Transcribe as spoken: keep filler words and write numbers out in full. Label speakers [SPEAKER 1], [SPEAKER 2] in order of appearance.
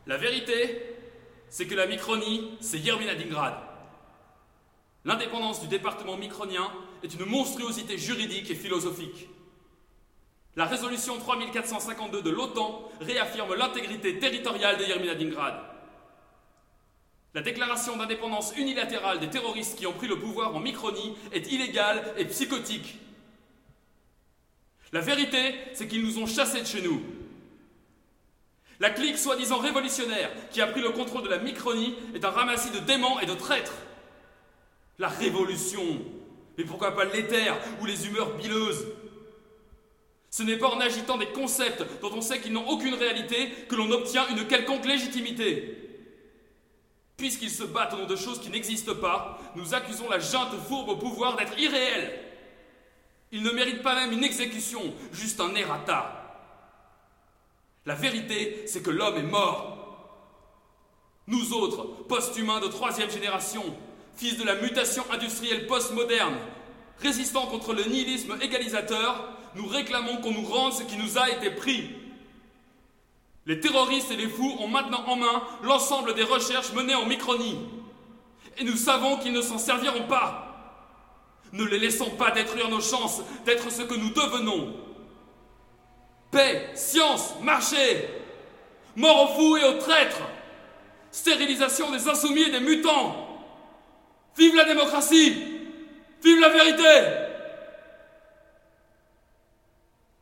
[SPEAKER 1] La vérité, c'est que la Micronie, c'est Yermin-Adingrad. L'indépendance du département micronien est une monstruosité juridique et philosophique. La résolution trois mille quatre cent cinquante-deux de l'OTAN réaffirme l'intégrité territoriale de Yermin-Adingrad. La déclaration d'indépendance unilatérale des terroristes qui ont pris le pouvoir en Micronie est illégale et psychotique. La vérité, c'est qu'ils nous ont chassés de chez nous. La clique soi-disant révolutionnaire qui a pris le contrôle de la Micronie est un ramassis de déments et de traîtres. La révolution, mais pourquoi pas l'éther ou les humeurs bileuses? Ce n'est pas en agitant des concepts dont on sait qu'ils n'ont aucune réalité que l'on obtient une quelconque légitimité. Puisqu'ils se battent au nom de choses qui n'existent pas, nous accusons la junte fourbe au pouvoir d'être irréelle. Ils ne méritent pas même une exécution, juste un errata. La vérité, c'est que l'homme est mort. Nous autres, post-humains de troisième génération, fils de la mutation industrielle post-moderne, résistants contre le nihilisme égalisateur, nous réclamons qu'on nous rende ce qui nous a été pris. Les terroristes et les fous ont maintenant en main l'ensemble des recherches menées en Micronie. Et nous savons qu'ils ne s'en serviront pas. Ne les laissons pas détruire nos chances d'être ce que nous devenons. Paix, science, marché. Mort aux fous et aux traîtres. Stérilisation des insoumis et des mutants. Vive la démocratie! Vive la vérité!